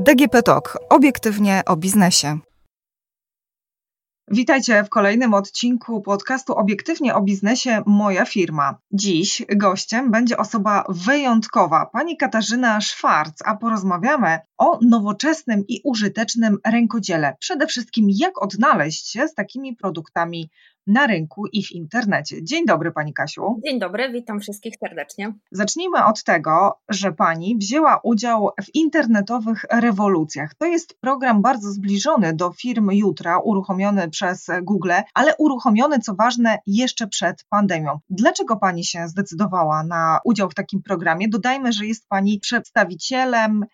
DGP Talk. Obiektywnie o biznesie. Witajcie w kolejnym odcinku podcastu Obiektywnie o biznesie Moja firma. Dziś gościem będzie osoba wyjątkowa, pani Katarzyna Szwarc, a porozmawiamy o nowoczesnym i użytecznym rękodziele. Przede wszystkim jak odnaleźć się z takimi produktami na rynku i w internecie. Dzień dobry pani Kasiu. Dzień dobry, witam wszystkich serdecznie. Zacznijmy od tego, że pani wzięła udział w internetowych rewolucjach. To jest program bardzo zbliżony do firmy Jutra, uruchomiony przez Google, ale uruchomiony, co ważne, jeszcze przed pandemią. Dlaczego pani się zdecydowała na udział w takim programie? Dodajmy, że jest pani przedstawicielem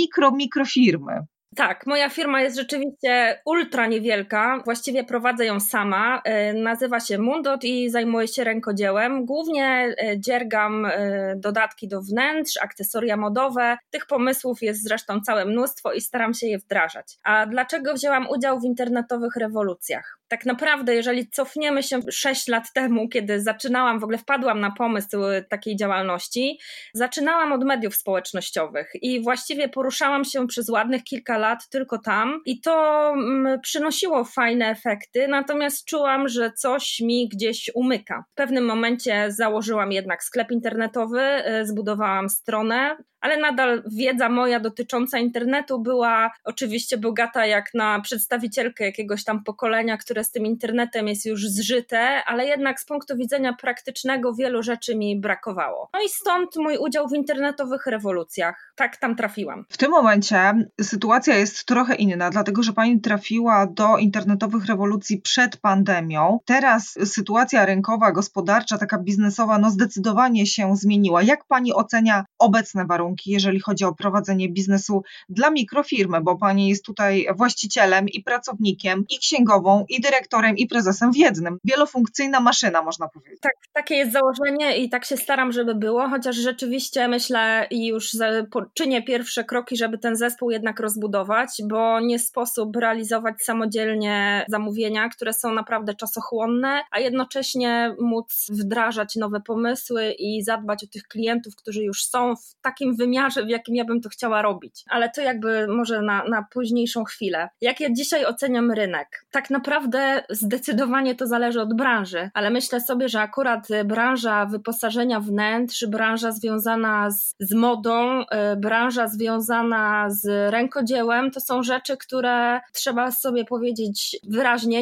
mikrofirmy. Tak, moja firma jest rzeczywiście ultra niewielka, właściwie prowadzę ją sama, nazywa się Mundot i zajmuję się rękodziełem. Głównie dziergam dodatki do wnętrz, akcesoria modowe. Tych pomysłów jest zresztą całe mnóstwo i staram się je wdrażać. A dlaczego wzięłam udział w internetowych rewolucjach? Tak naprawdę, jeżeli cofniemy się 6 lat temu, kiedy zaczynałam, w ogóle wpadłam na pomysł takiej działalności, zaczynałam od mediów społecznościowych i właściwie poruszałam się przez ładnych kilka lat tylko tam i to przynosiło fajne efekty, natomiast czułam, że coś mi gdzieś umyka. W pewnym momencie założyłam jednak sklep internetowy, zbudowałam stronę, ale nadal wiedza moja dotycząca internetu była oczywiście bogata jak na przedstawicielkę jakiegoś tam pokolenia, które z tym internetem jest już zżyte, ale jednak z punktu widzenia praktycznego wielu rzeczy mi brakowało. No i stąd mój udział w internetowych rewolucjach. Tak tam trafiłam. W tym momencie sytuacja jest trochę inna, dlatego że pani trafiła do internetowych rewolucji przed pandemią. Teraz sytuacja rynkowa, gospodarcza, taka biznesowa, zdecydowanie się zmieniła. Jak pani ocenia obecne warunki, jeżeli chodzi o prowadzenie biznesu dla mikrofirmy, bo pani jest tutaj właścicielem i pracownikiem, i księgową, i dyrektorem, i prezesem w jednym. Wielofunkcyjna maszyna, można powiedzieć. Tak, takie jest założenie i tak się staram, żeby było, chociaż rzeczywiście myślę i już czynię pierwsze kroki, żeby ten zespół jednak rozbudować, bo nie sposób realizować samodzielnie zamówienia, które są naprawdę czasochłonne, a jednocześnie móc wdrażać nowe pomysły i zadbać o tych klientów, którzy już są w takim wymiarze, w jakim ja bym to chciała robić. Ale to jakby może na późniejszą chwilę. Jak ja dzisiaj oceniam rynek? Tak naprawdę zdecydowanie to zależy od branży, ale myślę sobie, że akurat branża wyposażenia wnętrz, branża związana z modą, branża związana z rękodziełem, to są rzeczy, które trzeba sobie powiedzieć wyraźnie,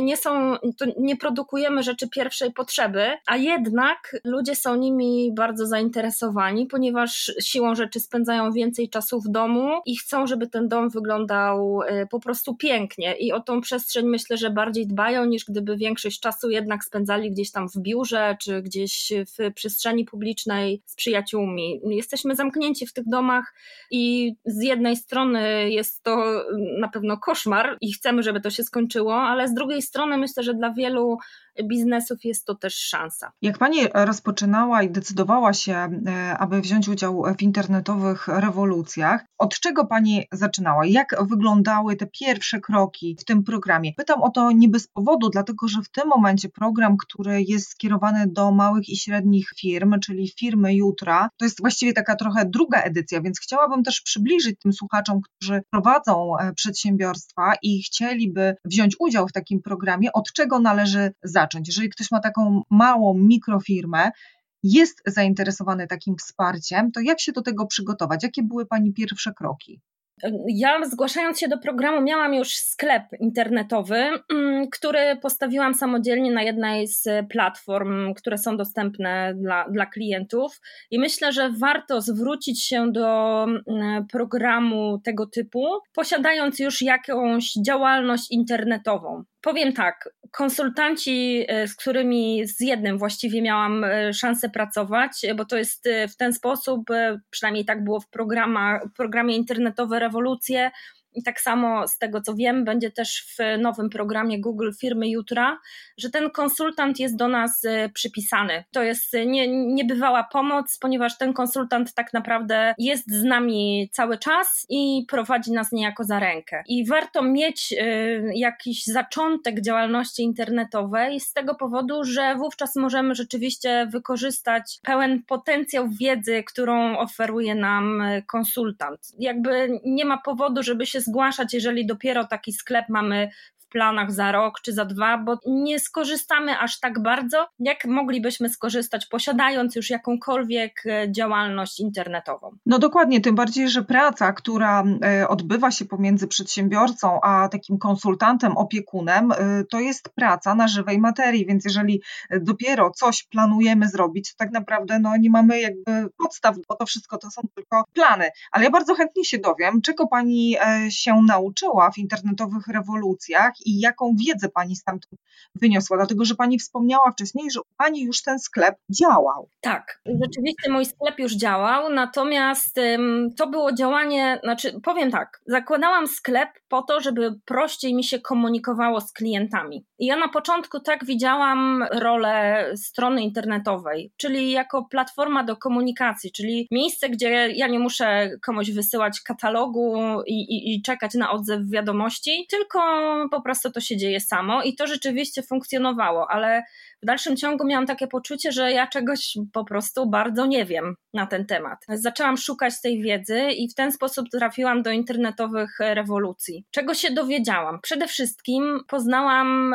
nie produkujemy rzeczy pierwszej potrzeby, a jednak ludzie są nimi bardzo zainteresowani, ponieważ siłą rzeczy spędzają więcej czasu w domu i chcą, żeby ten dom wyglądał po prostu pięknie i o tą przestrzeń myślę, że bardziej dbają niż gdyby większość czasu jednak spędzali gdzieś tam w biurze czy gdzieś w przestrzeni publicznej z przyjaciółmi. Jesteśmy zamknięci w tych domach i z jednej strony jest to na pewno koszmar i chcemy, żeby to się skończyło, ale z drugiej strony myślę, że dla wielu biznesów jest to też szansa. Jak pani rozpoczynała i decydowała się, aby wziąć udział w internetowych rewolucjach, od czego pani zaczynała? Jak wyglądały te pierwsze kroki w tym programie? Pytam o to nie bez powodu, dlatego że w tym momencie program, który jest skierowany do małych i średnich firm, czyli firmy Jutra, to jest właściwie taka trochę druga edycja, więc chciałabym też przybliżyć tym słuchaczom, którzy prowadzą przedsiębiorstwa i chcieliby wziąć udział w takim programie, od czego należy zacząć. Jeżeli ktoś ma taką małą mikrofirmę, jest zainteresowany takim wsparciem, to jak się do tego przygotować? Jakie były pani pierwsze kroki? Ja zgłaszając się do programu miałam już sklep internetowy, który postawiłam samodzielnie na jednej z platform, które są dostępne dla klientów i myślę, że warto zwrócić się do programu tego typu, posiadając już jakąś działalność internetową. Powiem tak, konsultanci, z jednym właściwie miałam szansę pracować, bo to jest w ten sposób, przynajmniej tak było w programie internetowe rewolucje, i tak samo z tego co wiem, będzie też w nowym programie Google Firmy Jutra, że ten konsultant jest do nas przypisany. To jest niebywała pomoc, ponieważ ten konsultant tak naprawdę jest z nami cały czas i prowadzi nas niejako za rękę. I warto mieć jakiś zaczątek działalności internetowej z tego powodu, że wówczas możemy rzeczywiście wykorzystać pełen potencjał wiedzy, którą oferuje nam konsultant. Jakby nie ma powodu, żeby się zgłaszać, jeżeli dopiero taki sklep mamy w planach za rok czy za 2, bo nie skorzystamy aż tak bardzo, jak moglibyśmy skorzystać, posiadając już jakąkolwiek działalność internetową. No dokładnie, tym bardziej, że praca, która odbywa się pomiędzy przedsiębiorcą a takim konsultantem, opiekunem, to jest praca na żywej materii, więc jeżeli dopiero coś planujemy zrobić, to tak naprawdę nie mamy jakby podstaw, bo to wszystko to są tylko plany. Ale ja bardzo chętnie się dowiem, czego Pani się nauczyła w internetowych rewolucjach i jaką wiedzę Pani stamtąd wyniosła, dlatego że Pani wspomniała wcześniej, że u Pani już ten sklep działał. Tak, rzeczywiście mój sklep już działał, natomiast to było działanie, powiem tak, zakładałam sklep po to, żeby prościej mi się komunikowało z klientami. I ja na początku tak widziałam rolę strony internetowej, czyli jako platforma do komunikacji, czyli miejsce, gdzie ja nie muszę komuś wysyłać katalogu i czekać na odzew wiadomości, tylko po prostu to się dzieje samo i to rzeczywiście funkcjonowało, ale w dalszym ciągu miałam takie poczucie, że ja czegoś po prostu bardzo nie wiem na ten temat. Zaczęłam szukać tej wiedzy i w ten sposób trafiłam do internetowych rewolucji. Czego się dowiedziałam? Przede wszystkim poznałam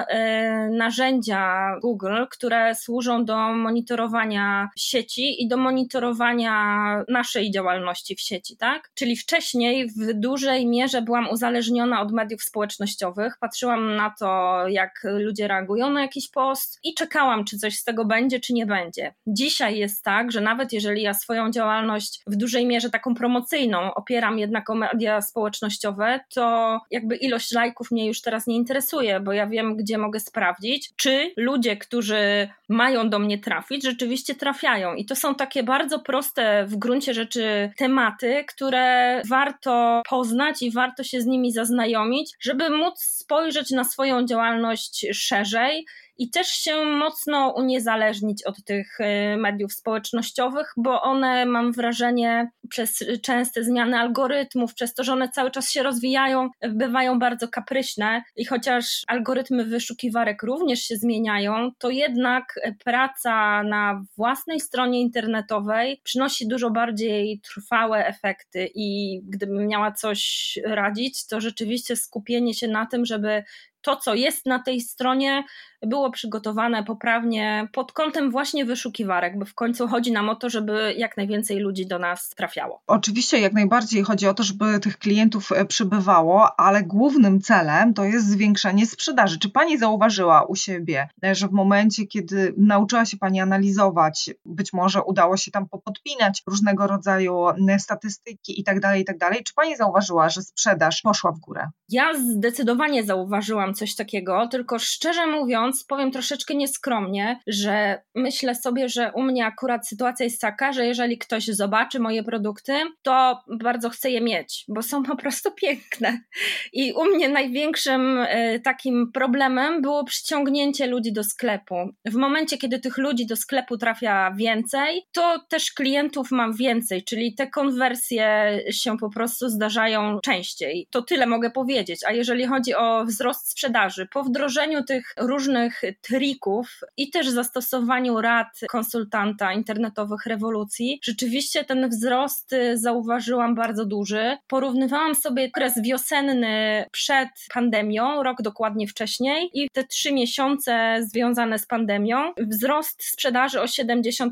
narzędzia Google, które służą do monitorowania sieci i do monitorowania naszej działalności w sieci, tak? Czyli wcześniej w dużej mierze byłam uzależniona od mediów społecznościowych, patrzyłam na to, jak ludzie reagują na jakiś post i czekałam, czy coś z tego będzie, czy nie będzie. Dzisiaj jest tak, że nawet jeżeli ja swoją działalność w dużej mierze taką promocyjną opieram jednak o media społecznościowe, to jakby ilość lajków mnie już teraz nie interesuje, bo ja wiem, gdzie mogę sprawdzić, czy ludzie, którzy mają do mnie trafić, rzeczywiście trafiają. I to są takie bardzo proste w gruncie rzeczy tematy, które warto poznać i warto się z nimi zaznajomić, żeby móc spojrzeć na swoją działalność szerzej i też się mocno uniezależnić od tych mediów społecznościowych, bo one, mam wrażenie, przez częste zmiany algorytmów, przez to, że one cały czas się rozwijają, bywają bardzo kapryśne i chociaż algorytmy wyszukiwarek również się zmieniają, to jednak praca na własnej stronie internetowej przynosi dużo bardziej trwałe efekty i gdybym miała coś radzić, to rzeczywiście skupienie się na tym, żeby to, co jest na tej stronie, było przygotowane poprawnie pod kątem właśnie wyszukiwarek, bo w końcu chodzi nam o to, żeby jak najwięcej ludzi do nas trafiało. Oczywiście jak najbardziej chodzi o to, żeby tych klientów przybywało, ale głównym celem to jest zwiększenie sprzedaży. Czy Pani zauważyła u siebie, że w momencie, kiedy nauczyła się Pani analizować, być może udało się tam popodpinać różnego rodzaju statystyki i tak dalej, czy Pani zauważyła, że sprzedaż poszła w górę? Ja zdecydowanie zauważyłam coś takiego, tylko szczerze mówiąc, powiem troszeczkę nieskromnie, że myślę sobie, że u mnie akurat sytuacja jest taka, że jeżeli ktoś zobaczy moje produkty, to bardzo chce je mieć, bo są po prostu piękne. I u mnie największym takim problemem było przyciągnięcie ludzi do sklepu. W momencie, kiedy tych ludzi do sklepu trafia więcej, to też klientów mam więcej, czyli te konwersje się po prostu zdarzają częściej. To tyle mogę powiedzieć. A jeżeli chodzi o wzrost sprzedaży, po wdrożeniu tych różnych trików i też zastosowaniu rad konsultanta internetowych rewolucji, rzeczywiście ten wzrost zauważyłam bardzo duży. Porównywałam sobie okres wiosenny przed pandemią, rok dokładnie wcześniej i te 3 miesiące związane z pandemią, wzrost sprzedaży o 70%,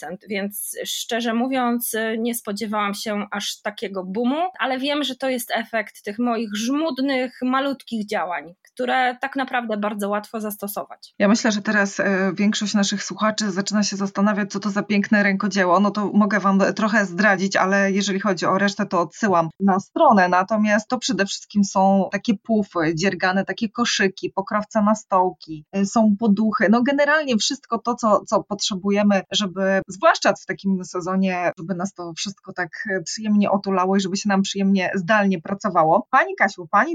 więc szczerze mówiąc nie spodziewałam się aż takiego boomu, ale wiem, że to jest efekt tych moich żmudnych, malutkich działań, które tak naprawdę bardzo łatwo zastosować. pracować. Ja myślę, że teraz większość naszych słuchaczy zaczyna się zastanawiać, co to za piękne rękodzieło. No to mogę Wam trochę zdradzić, ale jeżeli chodzi o resztę, to odsyłam na stronę. Natomiast to przede wszystkim są takie pufy, dziergane takie koszyki, pokrowca na stołki, są poduchy. No generalnie wszystko to, co potrzebujemy, żeby, zwłaszcza w takim sezonie, żeby nas to wszystko tak przyjemnie otulało i żeby się nam przyjemnie, zdalnie pracowało. Pani Kasiu, Pani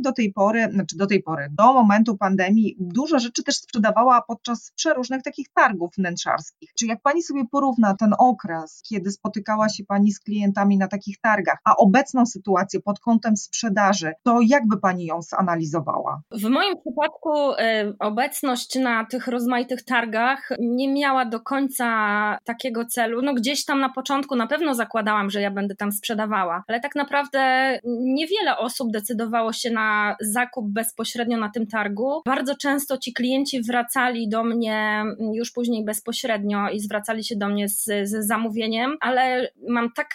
do momentu pandemii dużo rzeczy też sprzedawała podczas przeróżnych takich targów wnętrzarskich. Czy jak Pani sobie porówna ten okres, kiedy spotykała się Pani z klientami na takich targach, a obecną sytuację pod kątem sprzedaży, to jak by Pani ją zanalizowała? W moim przypadku obecność na tych rozmaitych targach nie miała do końca takiego celu. No gdzieś tam na początku na pewno zakładałam, że ja będę tam sprzedawała, ale tak naprawdę niewiele osób decydowało się na zakup bezpośrednio na tym targu. Bardzo często ci klienci wracali do mnie już później bezpośrednio i zwracali się do mnie z zamówieniem, ale mam tak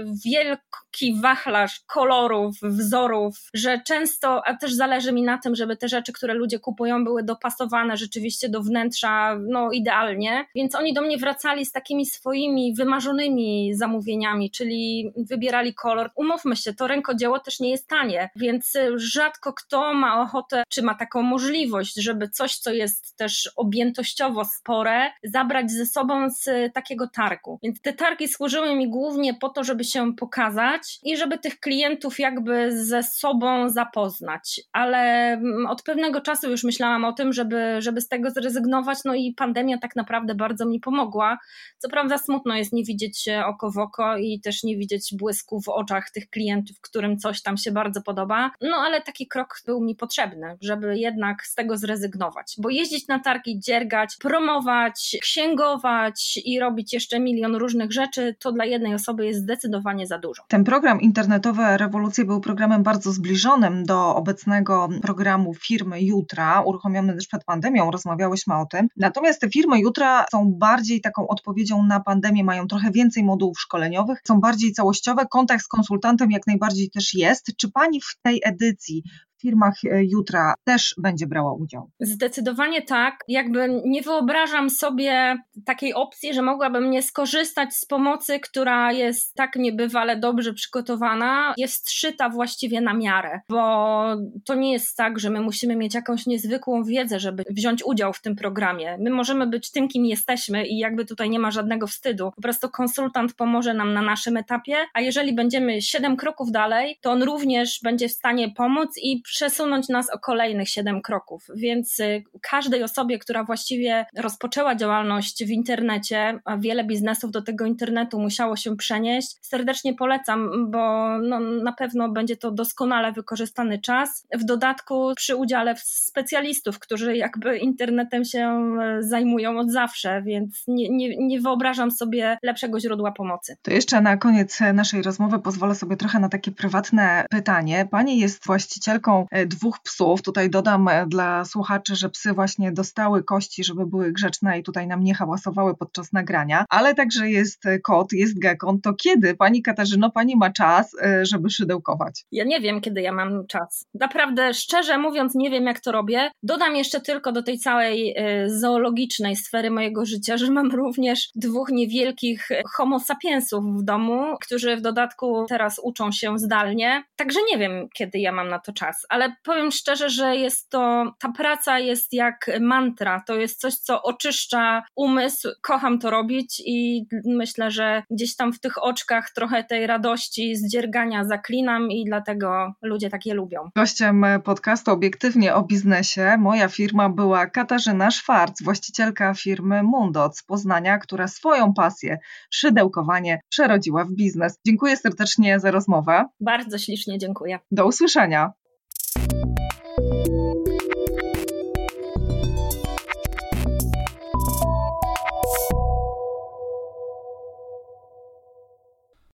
wielki wachlarz kolorów, wzorów, że często, a też zależy mi na tym, żeby te rzeczy, które ludzie kupują, były dopasowane rzeczywiście do wnętrza, no idealnie, więc oni do mnie wracali z takimi swoimi wymarzonymi zamówieniami, czyli wybierali kolor. Umówmy się, to rękodzieło też nie jest tanie, więc rzadko kto ma ochotę, czy ma taką możliwość, żeby coś, co jest też objętościowo spore, zabrać ze sobą z takiego targu. Więc te targi służyły mi głównie po to, żeby się pokazać i żeby tych klientów jakby ze sobą zapoznać, ale od pewnego czasu już myślałam o tym, żeby z tego zrezygnować, no i pandemia tak naprawdę bardzo mi pomogła. Co prawda smutno jest nie widzieć się oko w oko i też nie widzieć błysku w oczach tych klientów, którym coś tam się bardzo podoba, no ale taki krok był mi potrzebny, żeby jednak z tego zrezygnować, bo jeździć na targi, dziergać, promować, księgować i robić jeszcze milion różnych rzeczy, to dla jednej osoby jest zdecydowanie za dużo. Ten program Internetowe Rewolucje był programem bardzo zbliżonym do obecnego programu Firmy Jutra, uruchomiony też przed pandemią, rozmawiałyśmy o tym. Natomiast te Firmy Jutra są bardziej taką odpowiedzią na pandemię, mają trochę więcej modułów szkoleniowych, są bardziej całościowe, kontakt z konsultantem jak najbardziej też jest. Czy Pani w tej edycji w Firmach Jutra też będzie brała udział? Zdecydowanie tak. Jakby nie wyobrażam sobie takiej opcji, że mogłabym nie skorzystać z pomocy, która jest tak niebywale dobrze przygotowana, jest szyta właściwie na miarę, bo to nie jest tak, że my musimy mieć jakąś niezwykłą wiedzę, żeby wziąć udział w tym programie. My możemy być tym, kim jesteśmy i jakby tutaj nie ma żadnego wstydu. Po prostu konsultant pomoże nam na naszym etapie, a jeżeli będziemy 7 kroków dalej, to on również będzie w stanie pomóc i przesunąć nas o kolejnych 7 kroków, więc każdej osobie, która właściwie rozpoczęła działalność w internecie, a wiele biznesów do tego internetu musiało się przenieść, serdecznie polecam, bo no, na pewno będzie to doskonale wykorzystany czas. W dodatku przy udziale specjalistów, którzy jakby internetem się zajmują od zawsze, więc nie wyobrażam sobie lepszego źródła pomocy. To jeszcze na koniec naszej rozmowy pozwolę sobie trochę na takie prywatne pytanie. Pani jest właścicielką 2 psów. Tutaj dodam dla słuchaczy, że psy właśnie dostały kości, żeby były grzeczne i tutaj nam nie hałasowały podczas nagrania, ale także jest kot, jest gekon. To kiedy, Pani Katarzyno, Pani ma czas, żeby szydełkować? Ja nie wiem, kiedy ja mam czas. Naprawdę, szczerze mówiąc, nie wiem, jak to robię. Dodam jeszcze tylko do tej całej zoologicznej sfery mojego życia, że mam również 2 niewielkich homo sapiensów w domu, którzy w dodatku teraz uczą się zdalnie. Także nie wiem, kiedy ja mam na to czas, ale powiem szczerze, że ta praca jest jak mantra, to jest coś, co oczyszcza umysł, kocham to robić i myślę, że gdzieś tam w tych oczkach trochę tej radości z dziergania zaklinam i dlatego ludzie tak je lubią. Gościem podcastu Obiektywnie o biznesie moja firma była Katarzyna Szwarc, właścicielka firmy Mundot z Poznania, która swoją pasję, szydełkowanie, przerodziła w biznes. Dziękuję serdecznie za rozmowę. Bardzo ślicznie dziękuję. Do usłyszenia.